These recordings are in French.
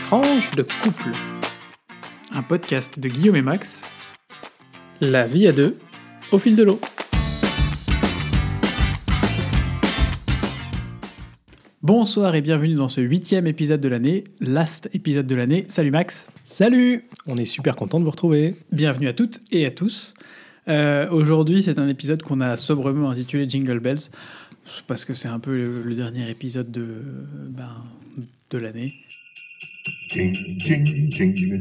Tranche de couple. Un podcast de Guillaume et Max. La vie à deux, au fil de l'eau. Bonsoir et bienvenue dans ce 8e épisode de l'année, last épisode de l'année. Salut Max. Salut. On est super content de vous retrouver. Bienvenue à toutes et à tous. Aujourd'hui, c'est un épisode qu'on a sobrement intitulé Jingle Bells, parce que c'est un peu le dernier épisode de l'année. Jingle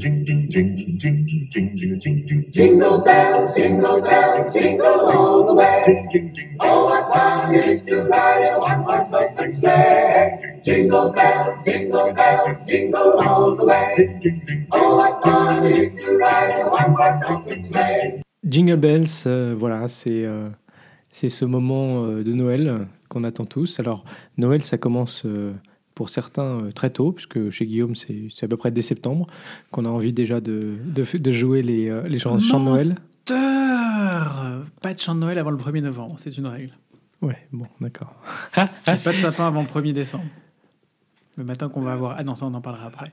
bells, jingle all the way. Oh, what fun it is to ride in a one-horse open sleigh. Jingle bells, jingle all the way. Oh, what fun it is to ride in a one-horse open sleigh. Jingle Bells, voilà, c'est ce moment de Noël qu'on attend tous. Alors, Noël, ça commence pour certains très tôt, puisque chez Guillaume, c'est à peu près dès septembre qu'on a envie déjà de jouer les chants de Noël. Pas de chant de Noël avant le 1er novembre, c'est une règle. Ouais, bon, d'accord. Pas de sapin avant le 1er décembre. Le matin qu'on va avoir... Ah non, ça on en parlera après.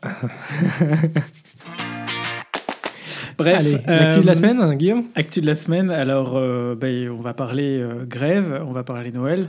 Bref, allez, l'actu de la semaine, hein, Guillaume. Actu de la semaine, alors on va parler grève, on va parler Noël.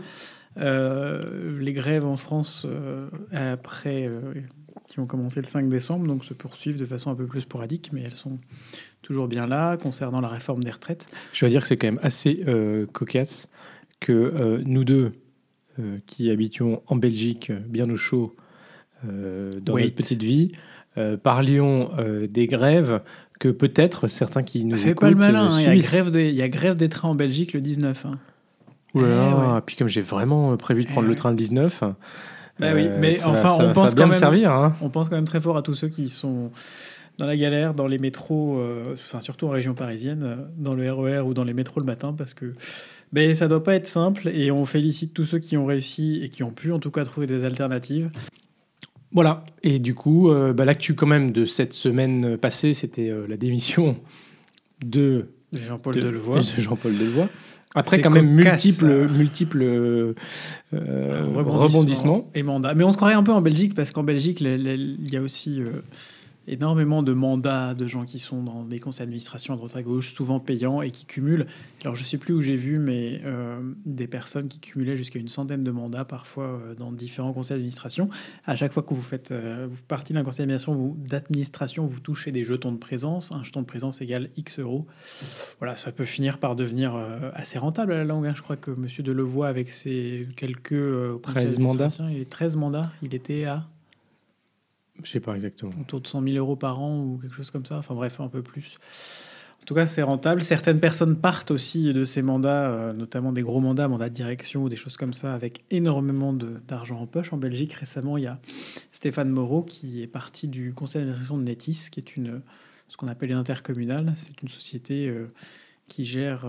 Les grèves en France, après, qui ont commencé le 5 décembre, donc se poursuivent de façon un peu plus sporadique, mais elles sont toujours bien là, concernant la réforme des retraites. Je dois dire que c'est quand même assez cocasse que nous deux, qui habitions en Belgique, bien au chaud, dans notre petite vie, parlions des grèves que peut-être certains qui nous écoutent pas le malin, suivent. Il y a grève des trains en Belgique le 19. Hein. Ouais. Puis comme j'ai vraiment prévu de prendre le train le 19, oui, mais ça, enfin, ça, on pense ça va bien quand me même, servir. Hein. On pense quand même très fort à tous ceux qui sont dans la galère, dans les métros, surtout en région parisienne, dans le RER ou dans les métros le matin, parce que ça doit pas être simple, et on félicite tous ceux qui ont réussi et qui ont pu en tout cas trouver des alternatives. Voilà, et du coup, l'actu quand même de cette semaine passée, c'était la démission de Jean-Paul Delevoye. Après, quand même, multiples rebondissements. Et mandats. Mais on se croirait un peu en Belgique, parce qu'en Belgique, il y a aussi énormément de mandats de gens qui sont dans des conseils d'administration à droite à gauche, souvent payants, et qui cumulent. Alors, je ne sais plus où j'ai vu, mais des personnes qui cumulaient jusqu'à une centaine de mandats, parfois dans différents conseils d'administration. À chaque fois que vous faites vous partie d'un conseil d'administration, vous touchez des jetons de présence. Un jeton de présence égale X euros. Voilà, ça peut finir par devenir assez rentable à la longue. Hein. Je crois que M. Delevoye, avec ses quelques 13 mandats. Il est 13 mandats. Il était à... Je sais pas exactement. Autour de 100 000 euros par an ou quelque chose comme ça. Enfin bref, un peu plus. En tout cas, c'est rentable. Certaines personnes partent aussi de ces mandats, notamment des gros mandats de direction ou des choses comme ça, avec énormément d'argent en poche. En Belgique, récemment, il y a Stéphane Moreau qui est parti du conseil d'administration de Netis, qui est ce qu'on appelle une intercommunale. C'est une société qui gère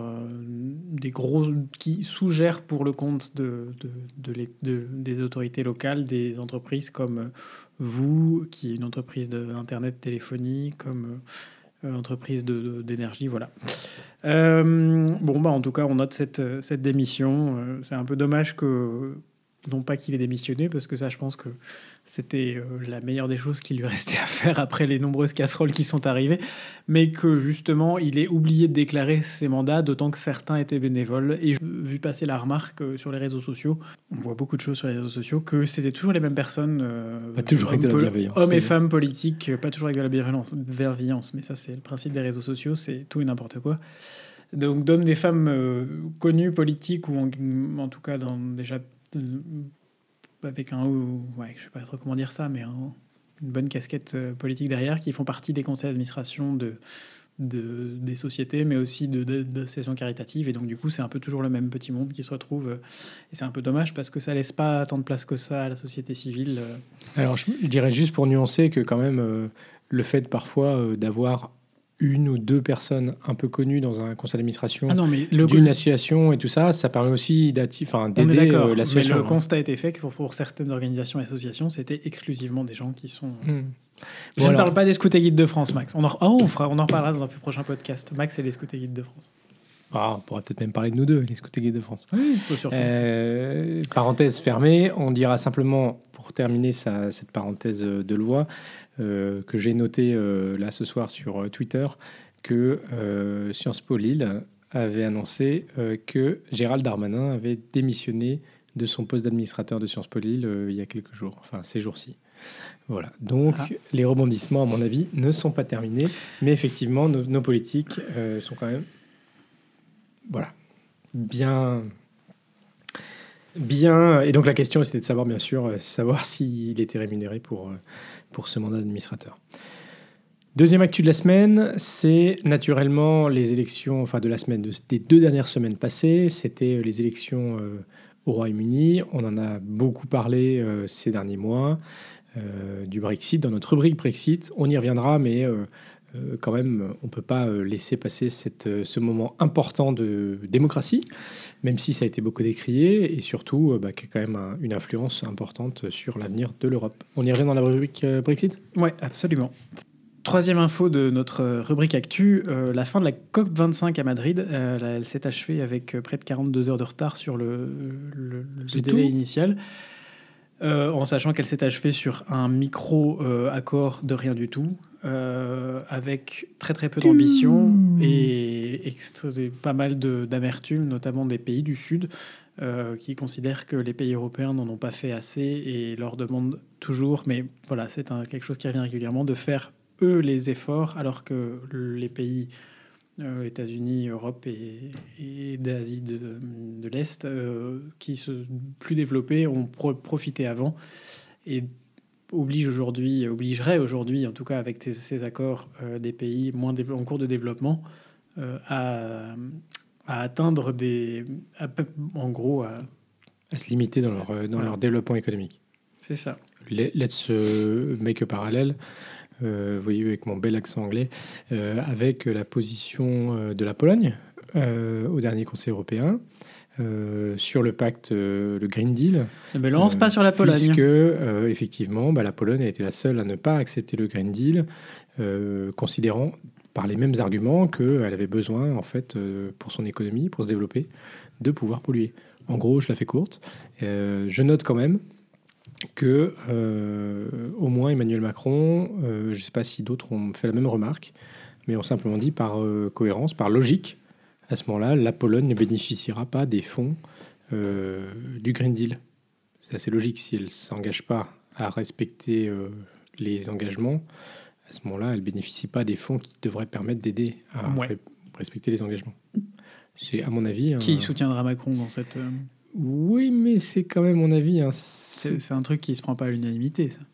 qui sous-gère pour le compte des autorités locales, des entreprises comme vous, qui est une entreprise d'internet téléphonie, comme entreprise d'énergie, voilà. En tout cas, on note cette démission. C'est un peu dommage non pas qu'il ait démissionné, parce que ça, je pense que c'était la meilleure des choses qui lui restait à faire après les nombreuses casseroles qui sont arrivées, mais que justement, il ait oublié de déclarer ses mandats, d'autant que certains étaient bénévoles. Et j'ai vu passer la remarque sur les réseaux sociaux, on voit beaucoup de choses sur les réseaux sociaux, que c'était toujours les mêmes personnes, pas toujours avec de la bienveillance, hommes et femmes politiques, pas toujours avec de la bienveillance, mais ça, c'est le principe des réseaux sociaux, c'est tout et n'importe quoi. Donc d'hommes, des femmes connus, politiques, ou en tout cas déjà avec je sais pas trop comment dire ça, mais une bonne casquette politique derrière, qui font partie des conseils d'administration des sociétés, mais aussi d'associations caritatives. Et donc, du coup, c'est un peu toujours le même petit monde qui se retrouve. Et c'est un peu dommage, parce que ça laisse pas tant de place que ça à la société civile. Alors, je dirais juste pour nuancer que quand même, le fait parfois d'avoir une ou deux personnes un peu connues dans un conseil d'administration d'une association et tout ça, ça permet aussi d'aider l'association. Mais le constat a été fait que pour certaines organisations et associations, c'était exclusivement des gens qui sont... Je ne parle pas des Scouts et Guides de France, Max. On en reparlera dans un plus prochain podcast. Max et les Scouts et Guides de France. On pourrait peut-être même parler de nous deux, les Scouts et Guides de France. Oui, surtout. Parenthèse fermée, on dira simplement, pour terminer cette parenthèse de loi, que j'ai notée là ce soir sur Twitter, que Sciences Po Lille avait annoncé que Gérald Darmanin avait démissionné de son poste d'administrateur de Sciences Po Lille il y a quelques jours, enfin ces jours-ci. Voilà, donc les rebondissements, à mon avis, ne sont pas terminés, mais effectivement, nos politiques sont quand même, voilà, bien. Et donc la question, c'était de savoir, bien sûr, savoir s'il était rémunéré pour ce mandat d'administrateur. Deuxième actu de la semaine, c'est naturellement les élections, enfin de la semaine, des 2 dernières semaines passées, c'était les élections au Royaume-Uni. On en a beaucoup parlé ces derniers mois. Du Brexit, dans notre rubrique Brexit. On y reviendra, mais quand même, on ne peut pas laisser passer ce moment important de démocratie, même si ça a été beaucoup décrié, et surtout qui a quand même une influence importante sur l'avenir de l'Europe. On y revient dans la rubrique Brexit ? Oui, absolument. Troisième info de notre rubrique Actu, la fin de la COP25 à Madrid, elle s'est achevée avec près de 42 heures de retard sur le délai initial. En sachant qu'elle s'est achevée sur un micro-accord de rien du tout, avec très très peu d'ambition et pas mal d'amertume, notamment des pays du Sud, qui considèrent que les pays européens n'en ont pas fait assez et leur demandent toujours, mais voilà, c'est quelque chose qui revient régulièrement, de faire eux les efforts, alors que les pays États-Unis, Europe et d'Asie de l'Est, qui sont plus développés, ont profité avant et obligeraient aujourd'hui, en tout cas avec ces accords, des pays en cours de développement à atteindre en gros à se limiter dans leur développement économique. C'est ça. Let's make a parallèle. Vous voyez, avec mon bel accent anglais, avec la position de la Pologne au dernier Conseil européen sur le pacte, le Green Deal. Ne me lance pas sur la Pologne. Puisque, effectivement, la Pologne a été la seule à ne pas accepter le Green Deal, considérant par les mêmes arguments qu'elle avait besoin, en fait, pour son économie, pour se développer, de pouvoir polluer. En gros, je la fais courte. Je note quand même que au moins Emmanuel Macron, je ne sais pas si d'autres ont fait la même remarque, mais ont simplement dit par cohérence, par logique, à ce moment-là, la Pologne ne bénéficiera pas des fonds du Green Deal. C'est assez logique. Si elle ne s'engage pas à respecter les engagements, à ce moment-là, elle ne bénéficie pas des fonds qui devraient permettre d'aider à respecter les engagements. C'est à mon avis... Qui soutiendra Macron dans cette... Oui, mais c'est quand même mon avis. C'est un truc qui se prend pas à l'unanimité, ça.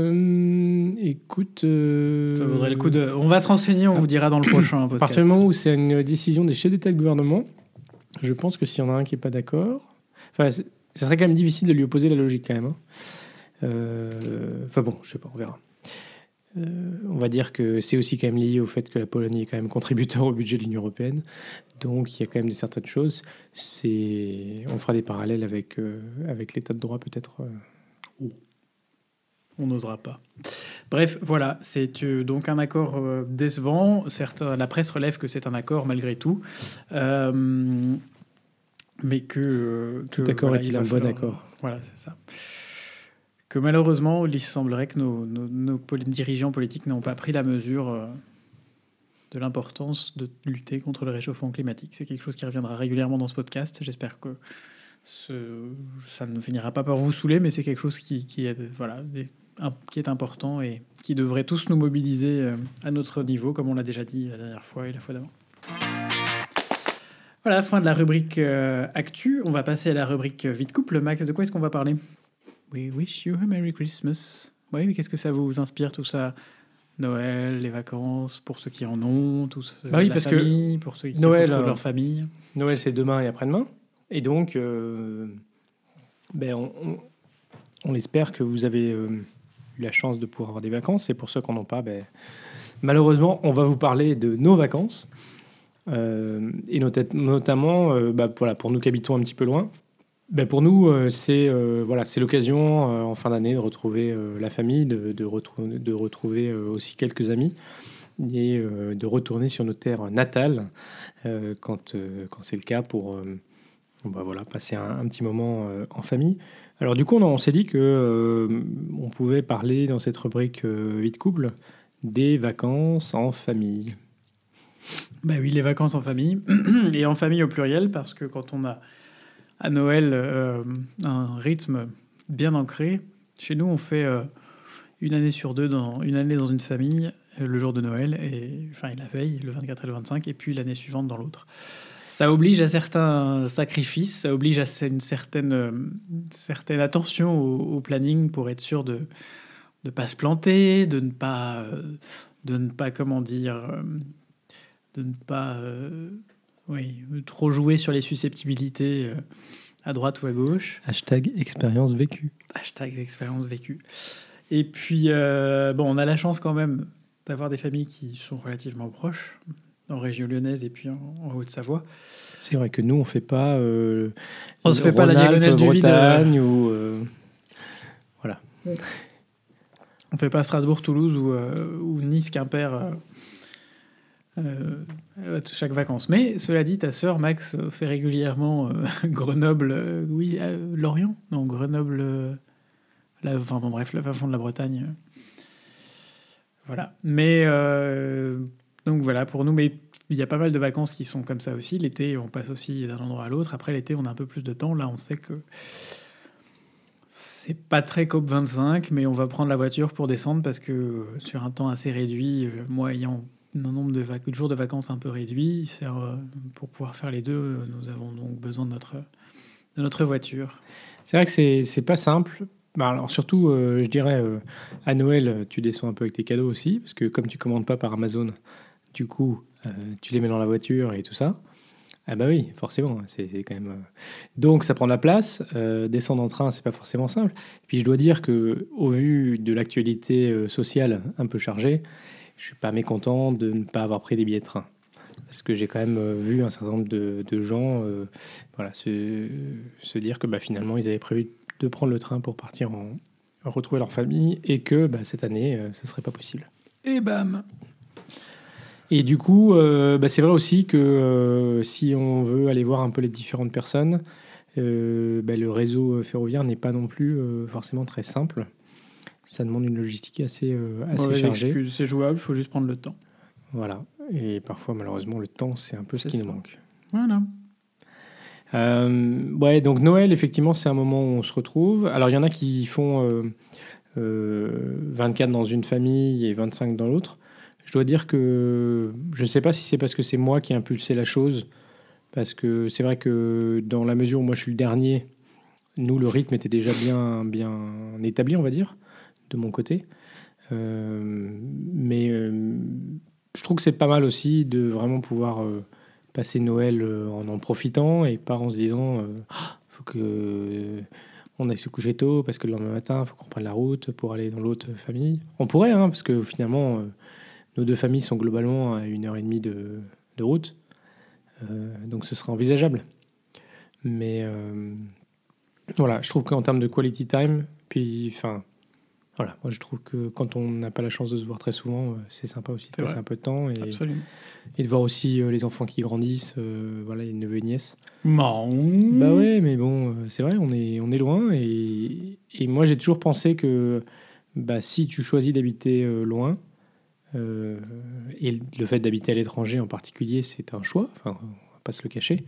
Écoute... Ça vaudrait le coup de... On va se renseigner, on vous dira dans le prochain podcast. À partir du moment où c'est une décision des chefs d'État et de gouvernement, je pense que s'il y en a un qui n'est pas d'accord... Enfin, ça serait quand même difficile de lui opposer la logique, quand même. Enfin bon, je sais pas, on verra. On va dire que c'est aussi quand même lié au fait que la Pologne est quand même contributeur au budget de l'Union européenne. Donc il y a quand même certaines choses. On fera des parallèles avec l'état de droit peut-être. On n'osera pas. Bref, voilà, c'est donc un accord décevant. Certes, la presse relève que c'est un accord malgré tout. Mais tout accord est-il un bon accord ? Voilà, c'est ça. Que malheureusement, il semblerait que nos dirigeants politiques n'ont pas pris la mesure de l'importance de lutter contre le réchauffement climatique. C'est quelque chose qui reviendra régulièrement dans ce podcast. J'espère que ça ne finira pas par vous saouler, mais c'est quelque chose qui est important et qui devrait tous nous mobiliser à notre niveau, comme on l'a déjà dit la dernière fois et la fois d'avant. Voilà, fin de la rubrique Actu. On va passer à la rubrique Vie de couple. Max, de quoi est-ce qu'on va parler ? We wish you a Merry Christmas. Oui, mais qu'est-ce que ça vous inspire, tout ça ? Noël, les vacances, pour ceux qui en ont, la parce famille, que pour ceux qui Noël, retrouvent leur famille. Noël, c'est demain et après-demain. Et donc, on espère que vous avez eu la chance de pouvoir avoir des vacances. Et pour ceux qui n'en ont pas, malheureusement, on va vous parler de nos vacances. Et notamment, pour nous qui habitons un petit peu loin. Pour nous, c'est l'occasion en fin d'année de retrouver la famille, de retrouver aussi quelques amis. et de retourner sur nos terres natales quand c'est le cas pour voilà, passer un petit moment en famille. Alors du coup, on s'est dit que on pouvait parler dans cette rubrique Vie de couple des vacances en famille. Bah oui, les vacances en famille, et en famille au pluriel, parce que quand on a à Noël un rythme bien ancré, chez nous on fait une année sur deux, une année dans une famille, le jour de Noël, et la veille, le 24 et le 25, et puis l'année suivante dans l'autre. Ça oblige à certains sacrifices, ça oblige à une certaine attention au planning pour être sûr de ne pas se planter, de ne pas comment dire, de ne pas trop jouer sur les susceptibilités à droite ou à gauche. Hashtag expérience vécue. Hashtag expérience vécue. Et puis, on a la chance quand même d'avoir des familles qui sont relativement proches, en région lyonnaise et puis en Haute-Savoie. C'est vrai que nous, on fait pas... on se fait pas la diagonale du vide. Bretagne ou... voilà. On fait pas Strasbourg, Toulouse ou Nice, Quimper chaque vacances. Mais cela dit, ta sœur Max fait régulièrement Grenoble, Lorient, non Grenoble, la fin fond de la Bretagne. Voilà. Mais donc voilà pour nous. Mais il y a pas mal de vacances qui sont comme ça aussi. L'été, on passe aussi d'un endroit à l'autre. Après l'été, on a un peu plus de temps. Là, on sait que c'est pas très COP25, mais on va prendre la voiture pour descendre parce que sur un temps assez réduit, moi ayant un nombre de jours de vacances un peu réduit, pour pouvoir faire les deux, nous avons donc besoin de notre voiture. C'est vrai que c'est pas simple. Alors surtout, je dirais, à Noël, tu descends un peu avec tes cadeaux aussi, parce que comme tu commandes pas par Amazon, du coup, tu les mets dans la voiture et tout ça. Ah bah oui, forcément, c'est quand même... Donc ça prend de la place. Descendre en train, c'est pas forcément simple. Et puis je dois dire que, au vu de l'actualité sociale un peu chargée, je suis pas mécontent de ne pas avoir pris des billets de train. Parce que j'ai quand même vu un certain nombre de gens se dire que finalement, ils avaient prévu de prendre le train pour partir retrouver leur famille et que cette année, ce serait pas possible. Et bam! Et du coup, c'est vrai aussi que si on veut aller voir un peu les différentes personnes, le réseau ferroviaire n'est pas non plus forcément très simple. Ça demande une logistique assez chargée. C'est jouable, il faut juste prendre le temps. Voilà. Et parfois, malheureusement, le temps, c'est un peu ce qui nous manque. Voilà. Donc Noël, effectivement, c'est un moment où on se retrouve. Alors, il y en a qui font 24 dans une famille et 25 dans l'autre. Je dois dire que je ne sais pas si c'est parce que c'est moi qui ai impulsé la chose, parce que c'est vrai que dans la mesure où moi je suis le dernier, nous, le rythme était déjà bien établi, on va dire, de mon côté. Mais je trouve que c'est pas mal aussi de vraiment pouvoir passer Noël en profitant et pas en se disant faut que on aille se coucher tôt parce que le lendemain matin, il faut qu'on prenne la route pour aller dans l'autre famille. On pourrait, parce que finalement, nos deux familles sont globalement à 1h30 de route. Donc ce sera envisageable. Mais voilà, je trouve qu'en termes de quality time, puis voilà, moi je trouve que quand on n'a pas la chance de se voir très souvent, c'est sympa aussi de passer un peu de temps et de voir aussi les enfants qui grandissent, les neveux et nièces. Non. Bah ouais, mais bon, c'est vrai, on est loin et moi j'ai toujours pensé que si tu choisis d'habiter loin, et le fait d'habiter à l'étranger en particulier, c'est un choix, on va pas se le cacher,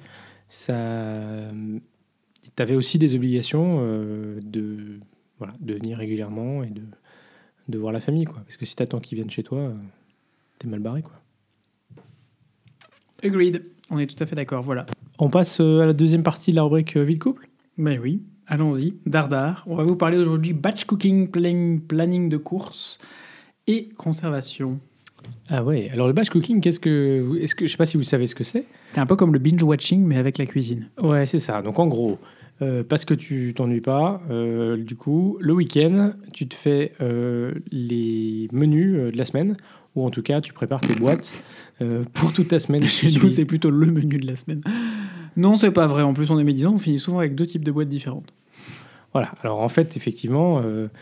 t'avais aussi des obligations de venir régulièrement et de voir la famille, quoi. Parce que si t'attends qu'ils viennent chez toi, t'es mal barré, quoi. Agreed. On est tout à fait d'accord, voilà. On passe à la deuxième partie de la rubrique Vie de couple ? Ben oui, allons-y, dardard. On va vous parler aujourd'hui batch cooking, planning de course et conservation. Ah ouais, alors le batch cooking, est-ce que je sais pas si vous savez ce que c'est ? C'est un peu comme le binge watching, mais avec la cuisine. Ouais, c'est ça. Donc en gros... parce que tu t'ennuies pas, du coup, le week-end, tu te fais les menus de la semaine, ou en tout cas, tu prépares tes boîtes pour toute ta semaine. Chez nous, c'est plutôt le menu de la semaine. Non, c'est pas vrai. En plus, on est médisant, on finit souvent avec 2 types de boîtes différentes. Voilà. Alors en fait, effectivement,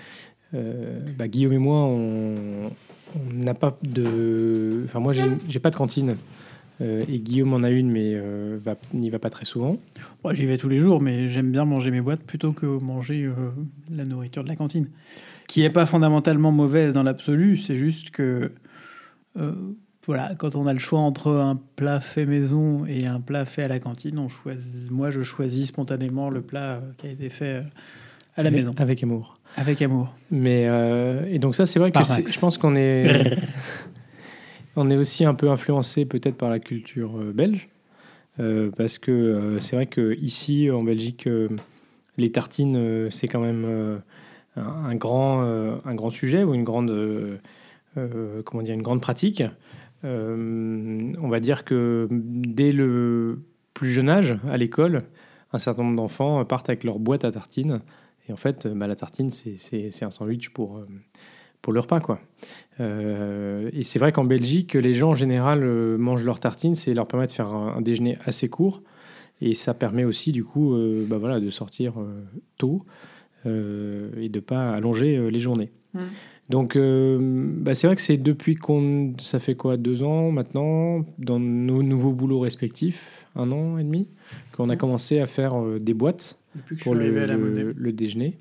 Guillaume et moi, on n'a pas de... Enfin, moi, j'ai pas de cantine. Et Guillaume en a une, mais n'y va pas très souvent. Moi, j'y vais tous les jours, mais j'aime bien manger mes boîtes plutôt que manger la nourriture de la cantine. Qui n'est pas fondamentalement mauvaise dans l'absolu, c'est juste que... voilà, quand on a le choix entre un plat fait maison et un plat fait à la cantine, moi, je choisis spontanément le plat qui a été fait à la maison. Avec amour. Avec amour. Mais, et donc ça, c'est vrai que je pense qu'on est... On est aussi un peu influencé peut-être par la culture belge, parce que c'est vrai qu'ici, en Belgique, les tartines, c'est quand même un grand sujet ou une grande pratique. On va dire que dès le plus jeune âge, à l'école, un certain nombre d'enfants partent avec leur boîte à tartines. Et en fait, la tartine, c'est un sandwich pour le repas, quoi. Et c'est vrai qu'en Belgique, les gens en général mangent leurs tartines, ça leur permet de faire un déjeuner assez court, et ça permet aussi du coup de sortir tôt et de pas allonger les journées. Donc c'est vrai que c'est depuis ça fait quoi, 2 ans maintenant, dans nos nouveaux boulots respectifs, 1 an et demi, qu'on a commencé à faire des boîtes pour le déjeuner.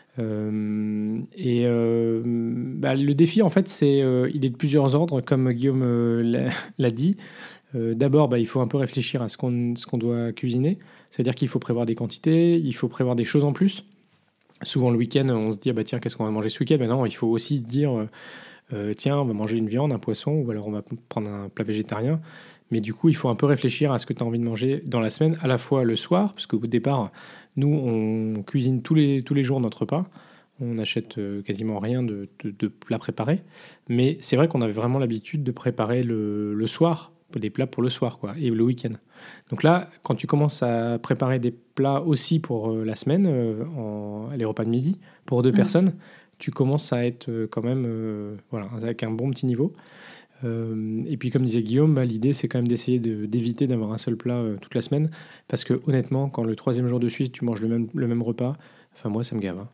Le défi, en fait, il est de plusieurs ordres, comme Guillaume l'a dit. D'abord, il faut un peu réfléchir à ce qu'on doit cuisiner. C'est-à-dire qu'il faut prévoir des quantités, il faut prévoir des choses en plus. Souvent, le week-end, on se dit, tiens, qu'est-ce qu'on va manger ce week-end ? Non, il faut aussi dire, tiens, on va manger une viande, un poisson, ou alors on va prendre un plat végétarien. Mais du coup, il faut un peu réfléchir à ce que tu as envie de manger dans la semaine, à la fois le soir, parce qu'au départ, nous, on cuisine tous les jours notre repas. On n'achète quasiment rien de plats préparés. Mais c'est vrai qu'on avait vraiment l'habitude de préparer le soir, des plats pour le soir, quoi, et le week-end. Donc là, quand tu commences à préparer des plats aussi pour la semaine, les repas de midi, pour 2 personnes, tu commences à être quand même avec un bon petit niveau. Et puis, comme disait Guillaume, l'idée, c'est quand même d'essayer d'éviter d'avoir un seul plat toute la semaine. Parce que honnêtement, quand le 3e jour de suite, tu manges le même repas, enfin, moi, ça me gave.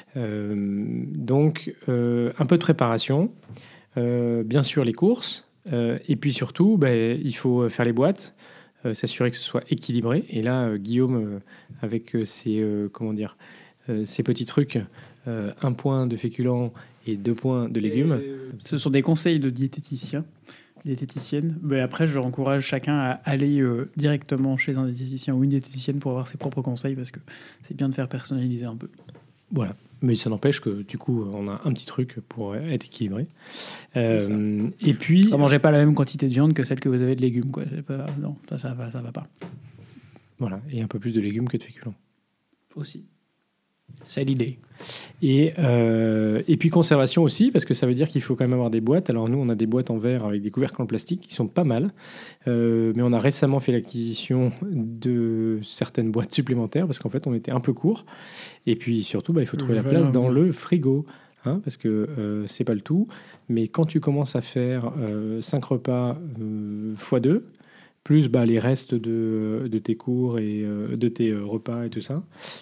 Donc, un peu de préparation. Bien sûr, les courses. Et puis surtout, il faut faire les boîtes, s'assurer que ce soit équilibré. Et là, Guillaume, avec ses petits trucs, 1 point de féculents et 2 points de légumes. Ce sont des conseils de diététiciens, diététiciennes. Mais après, je encourage chacun à aller directement chez un diététicien ou une diététicienne pour avoir ses propres conseils, parce que c'est bien de faire personnaliser un peu. Voilà. Mais ça n'empêche que du coup, on a un petit truc pour être équilibré. Et puis, ne mangez pas la même quantité de viande que celle que vous avez de légumes, quoi. Non, ça va pas. Voilà, et un peu plus de légumes que de féculents. Aussi. C'est l'idée. Et puis conservation aussi, parce que ça veut dire qu'il faut quand même avoir des boîtes. Alors nous, on a des boîtes en verre avec des couvercles en plastique qui sont pas mal. Mais on a récemment fait l'acquisition de certaines boîtes supplémentaires parce qu'en fait, on était un peu court. Et puis surtout, il faut trouver la place dans le frigo. Parce que c'est pas le tout. Mais quand tu commences à faire 5 repas x2, plus les restes de tes cours et de tes repas et tout ça.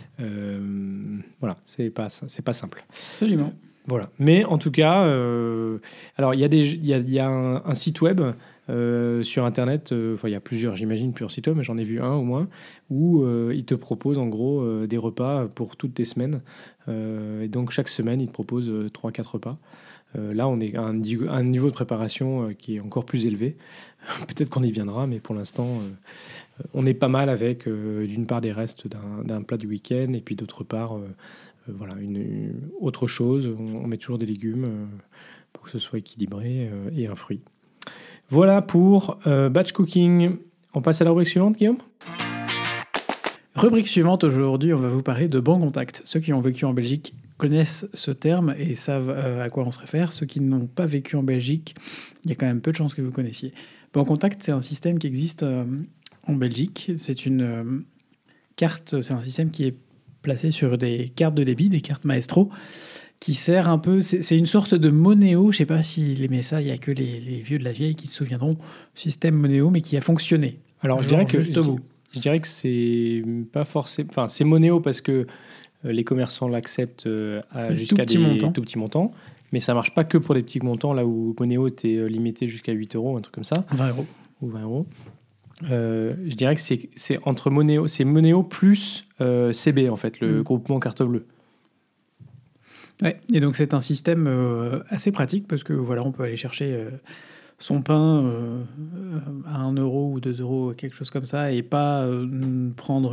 C'est pas simple. Absolument. Voilà. Mais en tout cas, alors il y a un site web sur Internet, il y a plusieurs sites web, mais j'en ai vu un au moins, où il te propose en gros des repas pour toutes tes semaines. Et donc chaque semaine, il te propose 3-4 repas. Là, on est à un niveau de préparation qui est encore plus élevé. Peut-être qu'on y viendra, mais pour l'instant, on est pas mal avec, d'une part, des restes d'un plat du week-end, et puis d'autre part, une autre chose. On met toujours des légumes pour que ce soit équilibré et un fruit. Voilà pour batch cooking. On passe à la rubrique suivante, Guillaume ? Rubrique suivante, aujourd'hui, on va vous parler de Bon Contact. Ceux qui ont vécu en Belgique connaissent ce terme et savent à quoi on se réfère. Ceux qui n'ont pas vécu en Belgique, il y a quand même peu de chances que vous connaissiez. Bon Contact, c'est un système qui existe en Belgique. C'est une carte, c'est un système qui est placé sur des cartes de débit, des cartes Maestro, qui sert un peu... C'est une sorte de Monéo. Je ne sais pas s'il aimait ça, il n'y a que les vieux de la vieille qui se souviendront. Système Monéo, mais qui a fonctionné. Alors, je dirais que c'est pas forcément... Enfin, c'est Monéo parce que les commerçants l'acceptent tout jusqu'à petit des montant. tout petits montants. Mais ça marche pas que pour des petits montants, là où Moneo était limité jusqu'à 8 euros, un truc comme ça, 20 euros. ou 20 euros. Je dirais que c'est entre Moneo, c'est Moneo plus CB, en fait, le groupement carte bleue. Ouais. Et donc c'est un système assez pratique parce que voilà, on peut aller chercher son pain à 1 euro ou 2 euros, quelque chose comme ça, et pas prendre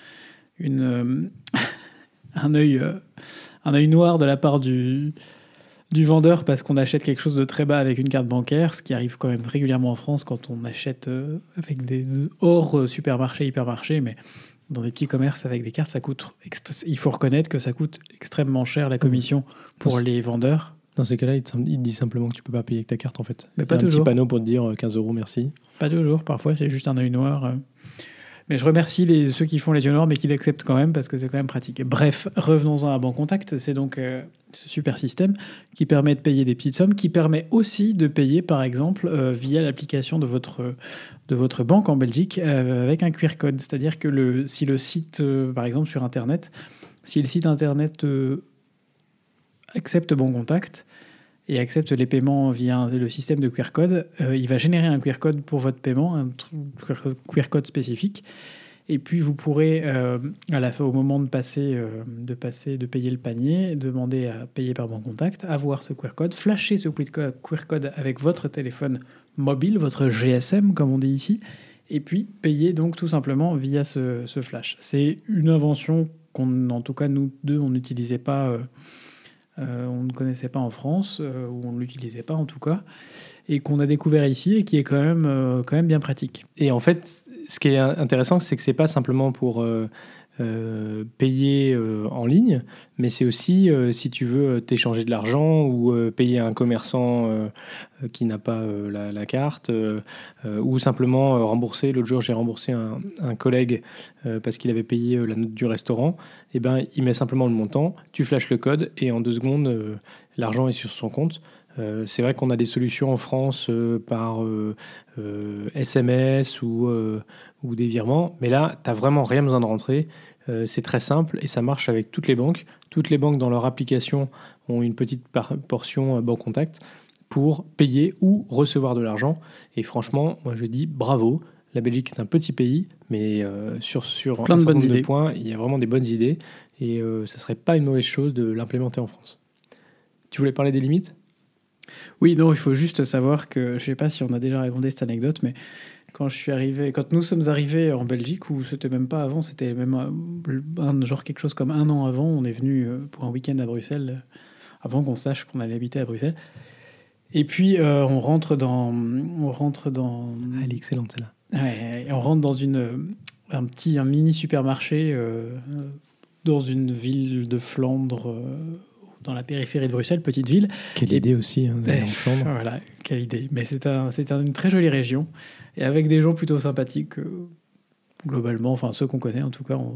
un œil noir de la part du vendeur parce qu'on achète quelque chose de très bas avec une carte bancaire, ce qui arrive quand même régulièrement en France quand on achète avec des hors supermarché, hypermarché, mais dans des petits commerces avec des cartes, ça coûte. Il faut reconnaître que ça coûte extrêmement cher la commission pour les vendeurs. Dans ces cas-là, il te dit simplement que tu peux pas payer avec ta carte, en fait. Mais Il y pas a un toujours. petit panneau pour te dire 15 euros, merci. Pas toujours, parfois c'est juste un œil noir. Mais je remercie ceux qui font les yeux noirs, mais qui l'acceptent quand même, parce que c'est quand même pratique. Bref, revenons-en à Bancontact. C'est donc ce super système qui permet de payer des petites sommes, qui permet aussi de payer, par exemple, via l'application de votre banque en Belgique, avec un QR code. C'est-à-dire que si le site, par exemple sur Internet, si le site Internet accepte Bancontact, et accepte les paiements via le système de QR code, il va générer un QR code pour votre paiement, un QR code spécifique. Et puis vous pourrez, à la fin, au moment de payer le panier, demander à payer par Bancontact, avoir ce QR code, flasher ce QR code avec votre téléphone mobile, votre GSM comme on dit ici, et puis payer donc tout simplement via ce flash. C'est une invention en tout cas nous deux on n'utilisait pas. On ne connaissait pas en France, ou on ne l'utilisait pas en tout cas, et qu'on a découvert ici et qui est quand même bien pratique. Et en fait, ce qui est intéressant, c'est que c'est pas simplement pour payer en ligne, mais c'est aussi si tu veux t'échanger de l'argent ou payer un commerçant qui n'a pas la carte, ou simplement rembourser. L'autre jour, j'ai remboursé un collègue parce qu'il avait payé la note du restaurant. Et ben, il met simplement le montant, tu flashes le code et en 2 secondes, l'argent est sur son compte. C'est vrai qu'on a des solutions en France par SMS ou des virements, mais là, tu n'as vraiment rien besoin de rentrer. C'est très simple et ça marche avec toutes les banques. Toutes les banques, dans leur application, ont une petite portion Bancontact pour payer ou recevoir de l'argent. Et franchement, moi je dis bravo. La Belgique est un petit pays, mais sur plein un de certain bonnes nombre de idées. points, il y a vraiment des bonnes idées. Et ça ne serait pas une mauvaise chose de l'implémenter en France. Tu voulais parler des limites ? Oui, non, il faut juste savoir que, je ne sais pas si on a déjà raconté cette anecdote, mais quand nous sommes arrivés en Belgique, ou c'était même pas avant, c'était même genre quelque chose comme 1 an avant, on est venu pour un week-end à Bruxelles, avant qu'on sache qu'on allait habiter à Bruxelles. Et puis on rentre dans. Elle est excellente celle-là. Ouais, et on rentre dans un mini supermarché dans une ville de Flandre, dans la périphérie de Bruxelles, petite ville. Quelle idée aussi, d'aller en Flandre. Voilà, quelle idée. Mais c'est une très jolie région, et avec des gens plutôt sympathiques, globalement, enfin ceux qu'on connaît en tout cas.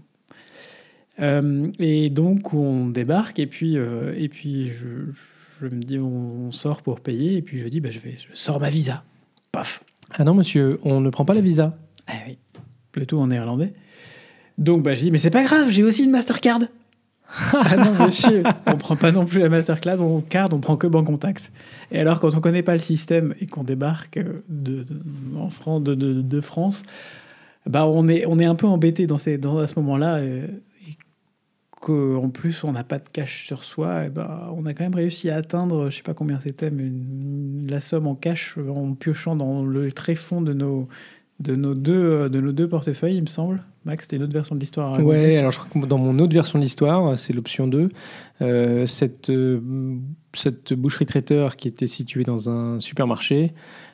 Et donc on débarque, et puis je me dis, on sort pour payer, et puis je dis, je sors ma visa. Paf. Ah non, monsieur, on ne prend pas la visa. Ah oui, le tout en néerlandais. Donc je dis, mais c'est pas grave, j'ai aussi une Mastercard. Ah non, monsieur, on prend pas non plus la Mastercard, on prend que Bancontact. Et alors, quand on connaît pas le système et qu'on débarque de France, on est un peu embêté à ce moment-là. Et qu'en plus, on n'a pas de cash sur soi. On a quand même réussi à atteindre, je sais pas combien c'était, mais la somme en cash en piochant dans le tréfonds de nos deux portefeuilles, il me semble. Max, c'était une autre version de l'histoire. Ouais, alors je crois que dans mon autre version de l'histoire, c'est l'option 2, cette boucherie traiteur qui était située dans un supermarché,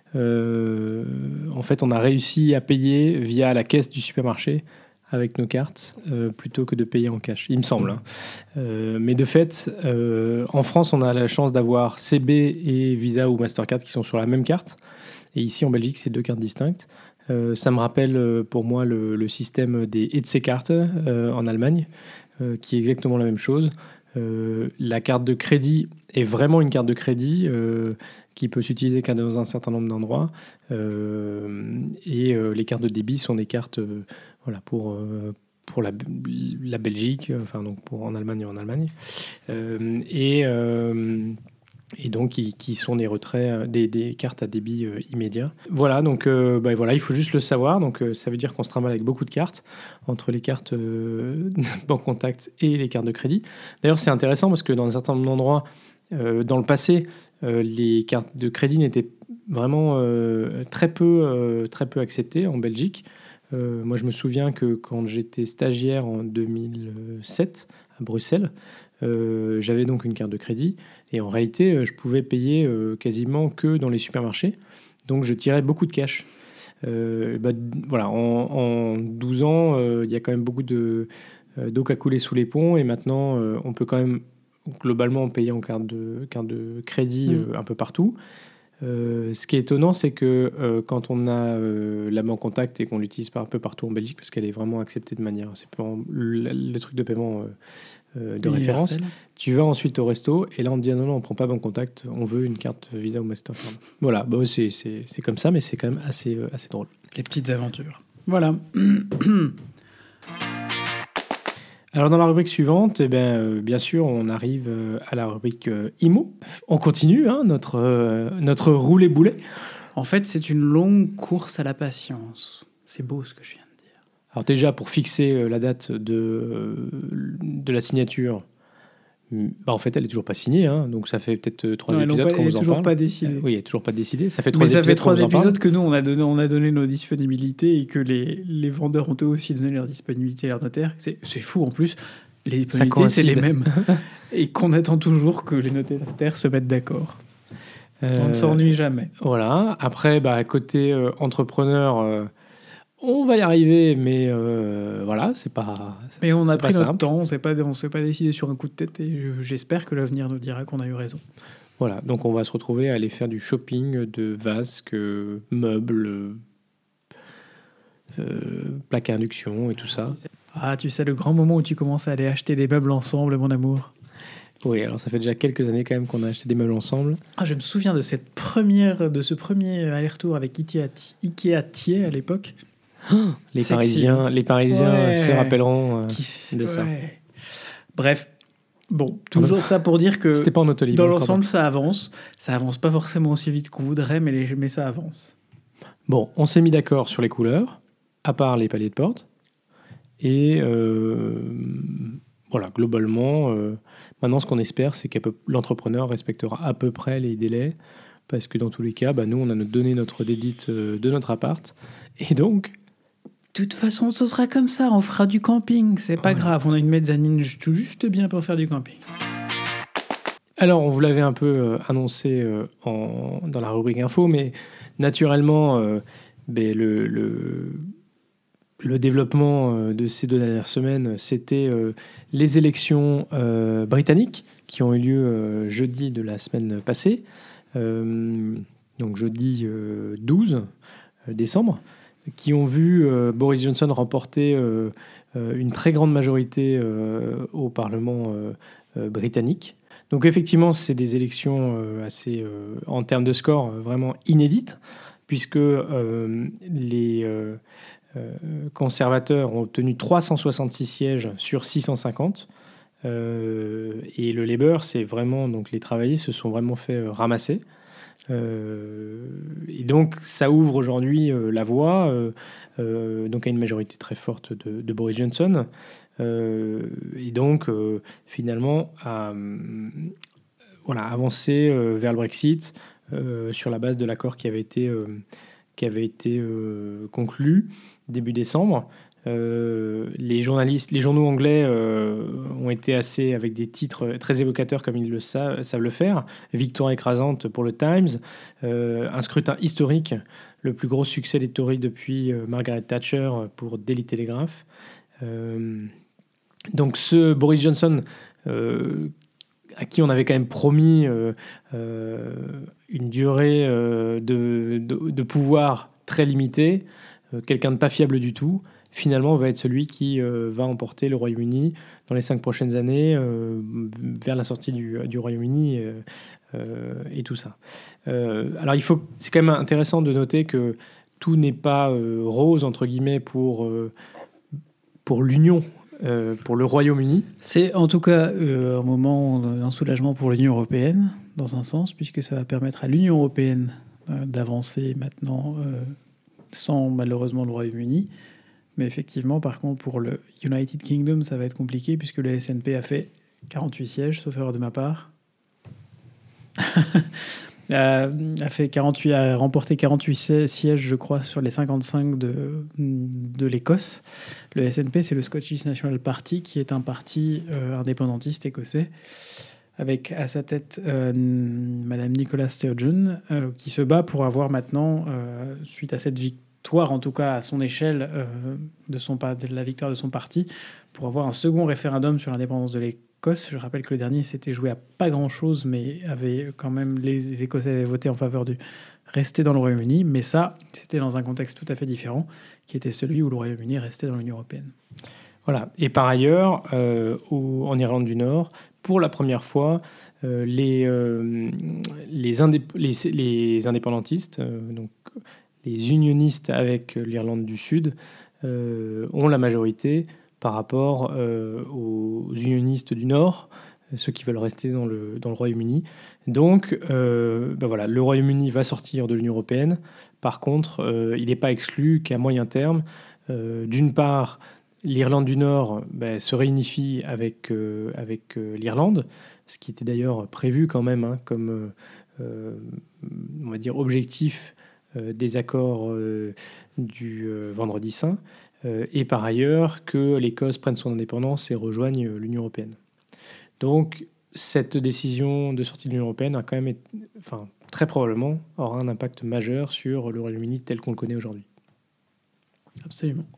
en fait, on a réussi à payer via la caisse du supermarché avec nos cartes, plutôt que de payer en cash, il me semble. Mais de fait, en France, on a la chance d'avoir CB et Visa ou Mastercard qui sont sur la même carte. Et ici, en Belgique, c'est 2 cartes distinctes. Ça me rappelle pour moi le système des EC-cartes en Allemagne, qui est exactement la même chose. La carte de crédit est vraiment une carte de crédit qui peut s'utiliser qu'à dans un certain nombre d'endroits. Et les cartes de débit sont des cartes pour pour la Belgique, enfin donc en Allemagne et en Allemagne, et donc qui sont des retraits, des cartes à débit immédiat. Voilà, donc voilà, il faut juste le savoir. Donc ça veut dire qu'on se trimballe avec beaucoup de cartes, entre les cartes banque contact et les cartes de crédit. D'ailleurs, c'est intéressant parce que dans un certain nombre d'endroits, dans le passé, les cartes de crédit n'étaient vraiment très peu acceptées en Belgique. Moi, je me souviens que quand j'étais stagiaire en 2007 à Bruxelles, j'avais donc une carte de crédit et en réalité, je pouvais payer quasiment que dans les supermarchés. Donc, je tirais beaucoup de cash. Voilà, en 12 ans, il y a quand même beaucoup d'eau qui a coulé sous les ponts et maintenant, on peut quand même globalement payer en carte de crédit un peu partout. Ce qui est étonnant, c'est que quand on a la banque contact et qu'on l'utilise un peu partout en Belgique, parce qu'elle est vraiment acceptée de manière, c'est le truc de paiement de référence, tu vas ensuite au resto et là on te dit non, on prend pas banque contact, on veut une carte Visa ou Mastercard. Voilà, c'est comme ça, mais c'est quand même assez drôle. Les petites aventures. Voilà. Alors dans la rubrique suivante, bien sûr, on arrive à la rubrique IMO. On continue notre roulé-boulet. En fait, c'est une longue course à la patience. C'est beau ce que je viens de dire. Alors déjà, pour fixer la date de la signature, en fait, elle n'est toujours pas signée. Donc ça fait peut-être 3 épisodes qu'on vous en parle. Elle n'est toujours pas décidée. Oui, elle n'est toujours pas décidée. Ça fait 3 épisodes que nous, on a donné nos disponibilités et que les vendeurs ont eux aussi donné leur disponibilité à leur notaire. C'est fou en plus. Les disponibilités, c'est les mêmes. Et qu'on attend toujours que les notaires se mettent d'accord. On ne s'ennuie jamais. Voilà. Après, côté entrepreneur, on va y arriver, mais voilà, c'est pas. Mais on a pris notre temps, on s'est pas décidé sur un coup de tête et j'espère que l'avenir nous dira qu'on a eu raison. Voilà, donc on va se retrouver à aller faire du shopping de vasques, meubles, plaques à induction et tout ça. Ah, tu sais, le grand moment où tu commences à aller acheter des meubles ensemble, mon amour. Oui, alors ça fait déjà quelques années quand même qu'on a acheté des meubles ensemble. Ah, je me souviens de ce premier aller-retour avec Ikea Thiers à l'époque. Les Parisiens se rappelleront de ça. Bref, bon, toujours ça pour dire que c'était pas en autolibre, dans l'ensemble, ça avance. Ça avance pas forcément aussi vite qu'on voudrait, mais ça avance. Bon, on s'est mis d'accord sur les couleurs, à part les paliers de porte. Et voilà, globalement, maintenant, ce qu'on espère, c'est que l'entrepreneur respectera à peu près les délais, parce que dans tous les cas, nous, on a donné notre dédite de notre appart, et donc... De toute façon, ce sera comme ça, on fera du camping, c'est pas grave, on a une mezzanine juste bien pour faire du camping. Alors, on vous l'avait un peu annoncé dans la rubrique info, mais naturellement, le développement de ces 2 dernières semaines, c'était les élections britanniques qui ont eu lieu jeudi de la semaine passée, donc jeudi 12 décembre, qui ont vu Boris Johnson remporter une très grande majorité au Parlement britannique. Donc effectivement, c'est des élections assez, en termes de score, vraiment inédites, puisque les conservateurs ont obtenu 366 sièges sur 650, et le Labour, c'est vraiment, donc les travaillistes se sont vraiment fait ramasser. Et donc ça ouvre aujourd'hui la voie donc à une majorité très forte de Boris Johnson, et donc finalement à avancer vers le Brexit sur la base de l'accord qui avait été conclu début décembre. Les journaux anglais ont été assez, avec des titres très évocateurs comme ils savent le faire. Victoire écrasante pour le Times, un scrutin historique, le plus gros succès des Tories depuis Margaret Thatcher pour Daily Telegraph. Donc ce Boris Johnson, à qui on avait quand même promis une durée de pouvoir très limitée, quelqu'un de pas fiable du tout, finalement va être celui qui va emporter le Royaume-Uni dans les 5 prochaines années vers la sortie du Royaume-Uni et tout ça. Alors c'est quand même intéressant de noter que tout n'est pas rose entre guillemets pour pour l'Union, pour le Royaume-Uni. C'est en tout cas un soulagement pour l'Union européenne, dans un sens, puisque ça va permettre à l'Union européenne d'avancer maintenant sans malheureusement le Royaume-Uni. Mais effectivement, par contre, pour le United Kingdom, ça va être compliqué, puisque le SNP a fait 48 sièges, sauf erreur de ma part. a remporté 48 sièges, je crois, sur les 55 de l'Écosse. Le SNP, c'est le Scottish National Party, qui est un parti indépendantiste écossais, avec à sa tête Madame Nicola Sturgeon, qui se bat pour avoir maintenant, suite à cette victoire, en tout cas à son échelle, de la victoire de son parti, pour avoir un second référendum sur l'indépendance de l'Écosse. Je rappelle que le dernier s'était joué à pas grand-chose, mais les Écossais avaient voté en faveur du rester dans le Royaume-Uni. Mais ça, c'était dans un contexte tout à fait différent, qui était celui où le Royaume-Uni restait dans l'Union européenne. Voilà. Et par ailleurs, en Irlande du Nord, pour la première fois, les indépendantistes, donc les unionistes avec l'Irlande du Sud, ont la majorité par rapport aux unionistes du Nord, ceux qui veulent rester dans le Royaume-Uni. Donc, voilà, le Royaume-Uni va sortir de l'Union européenne. Par contre, il n'est pas exclu qu'à moyen terme, d'une part, l'Irlande du Nord se réunifie avec l'Irlande, ce qui était d'ailleurs prévu quand même comme on va dire objectif des accords du Vendredi Saint. Et par ailleurs que l'Écosse prenne son indépendance et rejoigne l'Union européenne. Donc cette décision de sortie de l'Union européenne a quand même très probablement aura un impact majeur sur le Royaume-Uni tel qu'on le connaît aujourd'hui. Absolument.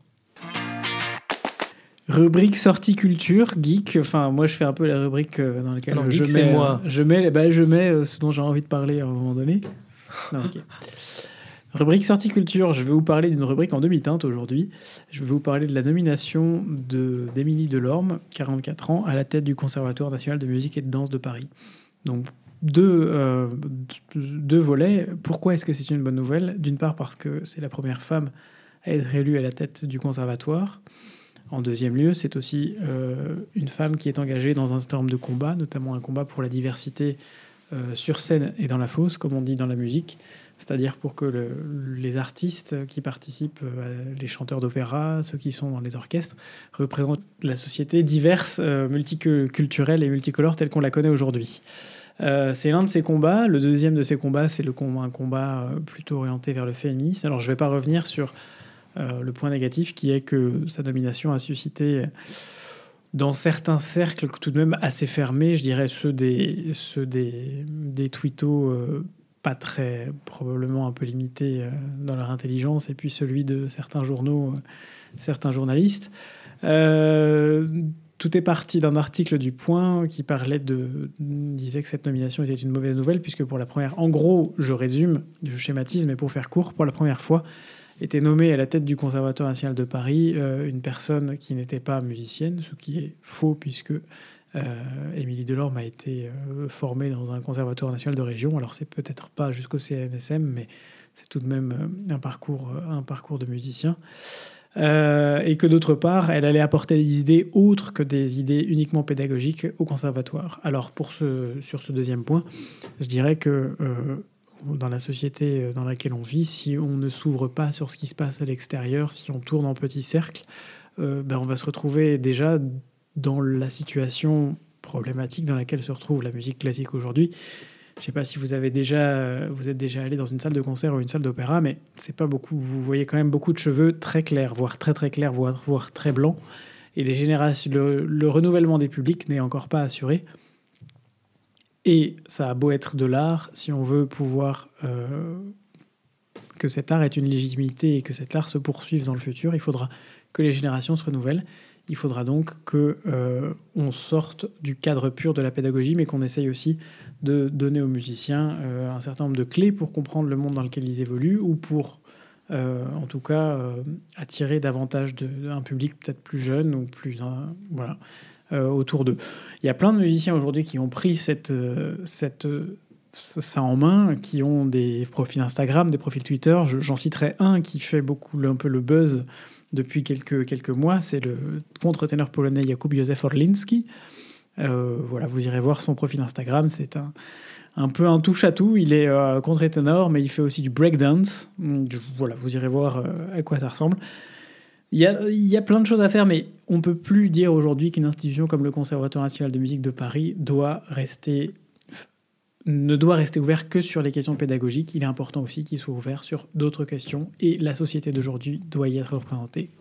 Rubrique sortie culture, geek. Enfin, moi je fais un peu la rubrique dans laquelle je mets ce dont j'ai envie de parler à un moment donné. Non, ok. Rubrique sortie culture, je vais vous parler d'une rubrique en demi-teinte aujourd'hui. Je vais vous parler de la nomination d'Émilie Delorme, 44 ans, à la tête du Conservatoire national de musique et de danse de Paris. Donc, deux volets. Pourquoi est-ce que c'est une bonne nouvelle ? D'une part, parce que c'est la première femme à être élue à la tête du conservatoire. En deuxième lieu, c'est aussi une femme qui est engagée dans un certain nombre de combats, notamment un combat pour la diversité sur scène et dans la fosse, comme on dit dans la musique. C'est-à-dire pour que les artistes qui participent, les chanteurs d'opéra, ceux qui sont dans les orchestres, représentent la société diverse, multiculturelle et multicolore telle qu'on la connaît aujourd'hui. C'est l'un de ces combats. Le deuxième de ces combats, c'est un combat plutôt orienté vers le féminisme. Alors, je ne vais pas revenir sur le point négatif qui est que sa nomination a suscité, dans certains cercles tout de même assez fermés, je dirais ceux des twittos pas très, probablement un peu limités dans leur intelligence, et puis celui de certains journaux, certains journalistes. Tout est parti d'un article du Point qui disait que cette nomination était une mauvaise nouvelle, puisque pour la première, en gros, je résume, je schématise, mais pour faire court, pour la première fois, était nommée à la tête du Conservatoire national de Paris une personne qui n'était pas musicienne, ce qui est faux, puisque Émilie Delorme a été formée dans un conservatoire national de région. Alors c'est peut-être pas jusqu'au CNSM, mais c'est tout de même un parcours de musicien. Et que d'autre part, elle allait apporter des idées autres que des idées uniquement pédagogiques au conservatoire. Alors sur ce deuxième point, je dirais que dans la société dans laquelle on vit, si on ne s'ouvre pas sur ce qui se passe à l'extérieur, si on tourne en petits cercles, on va se retrouver déjà dans la situation problématique dans laquelle se retrouve la musique classique aujourd'hui. Je ne sais pas si vous êtes déjà allé dans une salle de concert ou une salle d'opéra, mais c'est pas beaucoup. Vous voyez quand même beaucoup de cheveux très clairs, voire très très clairs, voire très blancs. Et les générations, le renouvellement des publics n'est encore pas assuré. Et ça a beau être de l'art, si on veut pouvoir que cet art ait une légitimité et que cet art se poursuive dans le futur, il faudra que les générations se renouvellent. Il faudra donc qu'on sorte du cadre pur de la pédagogie, mais qu'on essaye aussi de donner aux musiciens un certain nombre de clés pour comprendre le monde dans lequel ils évoluent, ou pour, en tout cas, attirer davantage un public peut-être plus jeune ou plus... autour d'eux. Il y a plein de musiciens aujourd'hui qui ont pris ça en main, qui ont des profils Instagram, des profils Twitter. J'en citerai un qui fait un peu le buzz depuis quelques mois, c'est le contre-ténor polonais Jakub Józef Orliński. Voilà, vous irez voir son profil Instagram, c'est un peu un touche-à-tout. Il est contre-ténor, mais il fait aussi du breakdance. Voilà, vous irez voir à quoi ça ressemble. Il y a plein de choses à faire, mais on ne peut plus dire aujourd'hui qu'une institution comme le Conservatoire national de musique de Paris ne doit rester ouvert que sur les questions pédagogiques. Il est important aussi qu'il soit ouvert sur d'autres questions, et la société d'aujourd'hui doit y être représentée.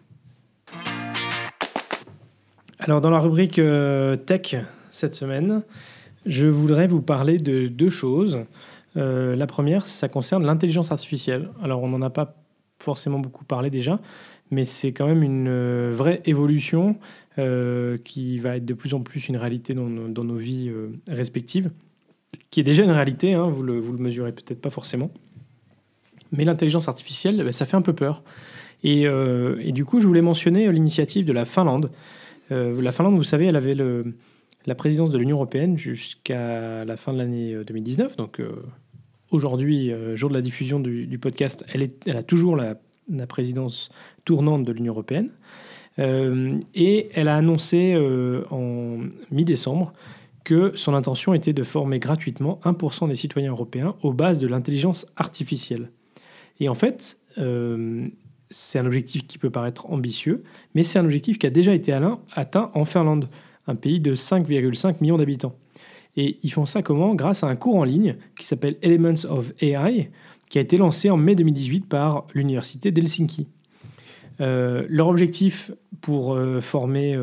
Alors, dans la rubrique Tech cette semaine, je voudrais vous parler de 2 choses. La première, ça concerne l'intelligence artificielle. Alors, on n'en a pas forcément beaucoup parlé déjà, mais c'est quand même une vraie évolution qui va être de plus en plus une réalité dans nos vies respectives, qui est déjà une réalité, hein, vous le mesurez peut-être pas forcément. Mais l'intelligence artificielle, ça fait un peu peur. Et du coup, je voulais mentionner l'initiative de la Finlande. La Finlande, vous savez, elle avait la présidence de l'Union européenne jusqu'à la fin de l'année 2019. Donc aujourd'hui, jour de la diffusion du podcast, elle a toujours la présidence tournante de l'Union européenne. Et elle a annoncé en mi-décembre que son intention était de former gratuitement 1% des citoyens européens aux bases de l'intelligence artificielle. Et en fait, c'est un objectif qui peut paraître ambitieux, mais c'est un objectif qui a déjà été atteint en Finlande, un pays de 5,5 millions d'habitants. Et ils font ça comment ? Grâce à un cours en ligne qui s'appelle Elements of AI, qui a été lancé en mai 2018 par l'université d'Helsinki. Leur objectif pour former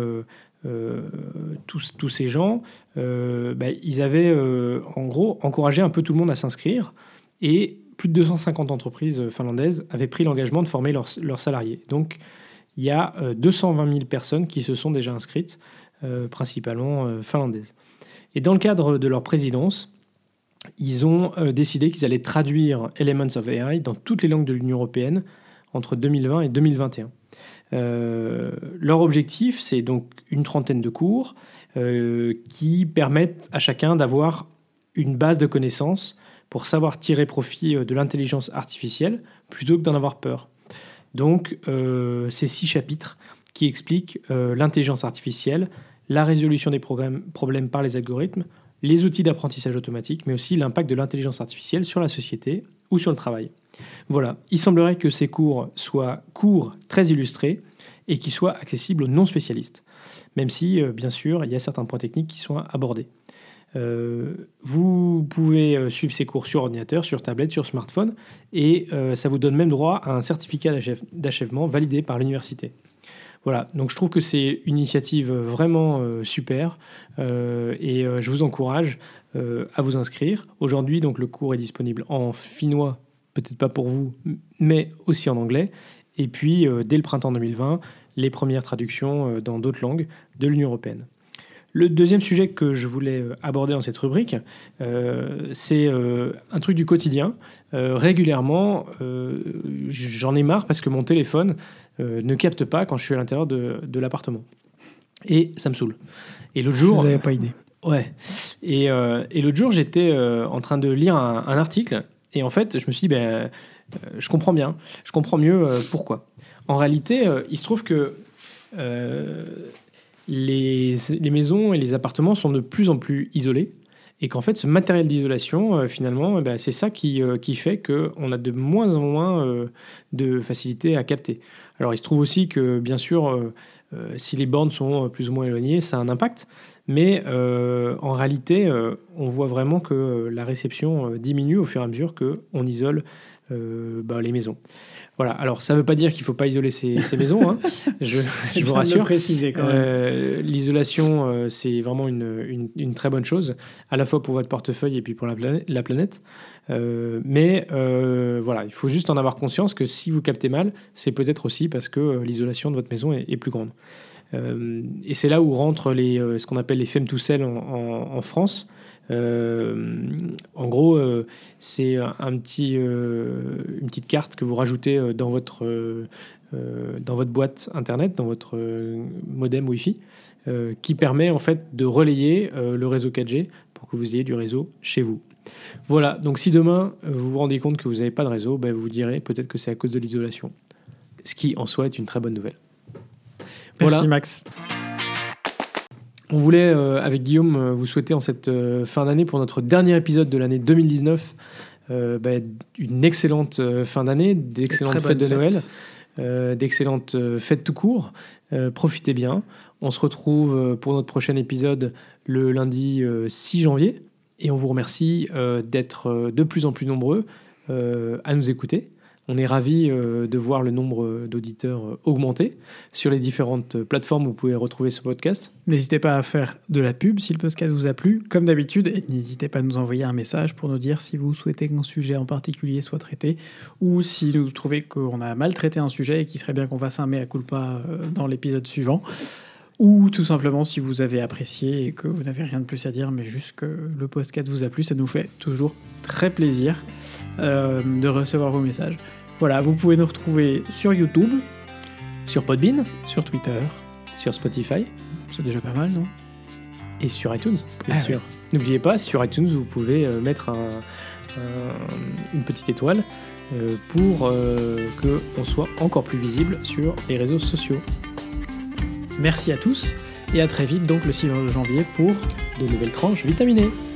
tous ces gens, ils avaient en gros encouragé un peu tout le monde à s'inscrire, et plus de 250 entreprises finlandaises avaient pris l'engagement de former leurs salariés. Donc il y a 220 000 personnes qui se sont déjà inscrites, principalement finlandaises. Et dans le cadre de leur présidence, ils ont décidé qu'ils allaient traduire Elements of AI dans toutes les langues de l'Union européenne entre 2020 et 2021. Leur objectif, c'est donc une trentaine de cours qui permettent à chacun d'avoir une base de connaissances pour savoir tirer profit de l'intelligence artificielle plutôt que d'en avoir peur. Donc, ces 6 chapitres qui expliquent l'intelligence artificielle, la résolution des problèmes par les algorithmes, les outils d'apprentissage automatique, mais aussi l'impact de l'intelligence artificielle sur la société ou sur le travail. Voilà, il semblerait que ces cours soient courts, très illustrés, et qui soient accessibles aux non-spécialistes, même si, bien sûr, il y a certains points techniques qui sont abordés. Vous pouvez suivre ces cours sur ordinateur, sur tablette, sur smartphone, et ça vous donne même droit à un certificat d'achèvement validé par l'université. Voilà, donc je trouve que c'est une initiative vraiment super, et je vous encourage à vous inscrire. Aujourd'hui, donc, le cours est disponible en finnois, peut-être pas pour vous, mais aussi en anglais. Et puis, dès le printemps 2020, les premières traductions dans d'autres langues de l'Union européenne. Le deuxième sujet que je voulais aborder dans cette rubrique, c'est un truc du quotidien. Régulièrement, j'en ai marre parce que mon téléphone ne capte pas quand je suis à l'intérieur de l'appartement. Et ça me saoule. Et l'autre jour... Vous n'avez pas idée. Ouais. Et l'autre jour, j'étais en train de lire un article, et en fait, je me suis dit, je comprends bien, je comprends mieux pourquoi. En réalité, il se trouve que les maisons et les appartements sont de plus en plus isolés, et qu'en fait, ce matériel d'isolation, finalement, c'est ça qui fait qu'on a de moins en moins de facilité à capter. Alors, il se trouve aussi que, bien sûr, si les bornes sont plus ou moins éloignées, ça a un impact, mais en réalité, on voit vraiment que la réception diminue au fur et à mesure qu'on isole les maisons. Voilà, alors ça ne veut pas dire qu'il ne faut pas isoler ces maisons, hein. Je vous rassure. Préciser quand même. L'isolation, c'est vraiment une très bonne chose, à la fois pour votre portefeuille et puis pour la planète. Mais voilà, il faut juste en avoir conscience que si vous captez mal, c'est peut-être aussi parce que l'isolation de votre maison est plus grande. Et c'est là où rentrent ce qu'on appelle les Femtocell en France. En gros, c'est une petite carte que vous rajoutez dans votre boîte internet, dans votre modem Wi-Fi, qui permet en fait de relayer le réseau 4G pour que vous ayez du réseau chez vous. Voilà, donc si demain vous vous rendez compte que vous n'avez pas de réseau, vous vous direz peut-être que c'est à cause de l'isolation. ce qui en soi est une très bonne nouvelle. Merci Voilà. Max. On voulait, avec Guillaume, vous souhaiter en cette fin d'année, pour notre dernier épisode de l'année 2019, une excellente fin d'année, d'excellentes Très fêtes de bonne Noël, fête. d'excellentes fêtes tout court. Profitez bien. On se retrouve pour notre prochain épisode le lundi 6 janvier. Et on vous remercie d'être de plus en plus nombreux à nous écouter. On est ravis de voir le nombre d'auditeurs augmenter sur les différentes plateformes où vous pouvez retrouver ce podcast. N'hésitez pas à faire de la pub si le podcast vous a plu, comme d'habitude, et n'hésitez pas à nous envoyer un message pour nous dire si vous souhaitez qu'un sujet en particulier soit traité, ou si vous trouvez qu'on a mal traité un sujet et qu'il serait bien qu'on fasse un mea culpa dans l'épisode suivant, ou tout simplement si vous avez apprécié et que vous n'avez rien de plus à dire, mais juste que le podcast vous a plu. Ça nous fait toujours très plaisir de recevoir vos messages. Voilà, vous pouvez nous retrouver sur YouTube, Sur Podbean, sur Twitter, sur Spotify c'est déjà pas mal, non? et sur iTunes, bien Ah sûr. N'oubliez pas, sur iTunes, vous pouvez mettre une petite étoile pour qu'on soit encore plus visible sur les réseaux sociaux. Merci à tous, et à très vite, donc le 6 janvier pour De nouvelles tranches vitaminées.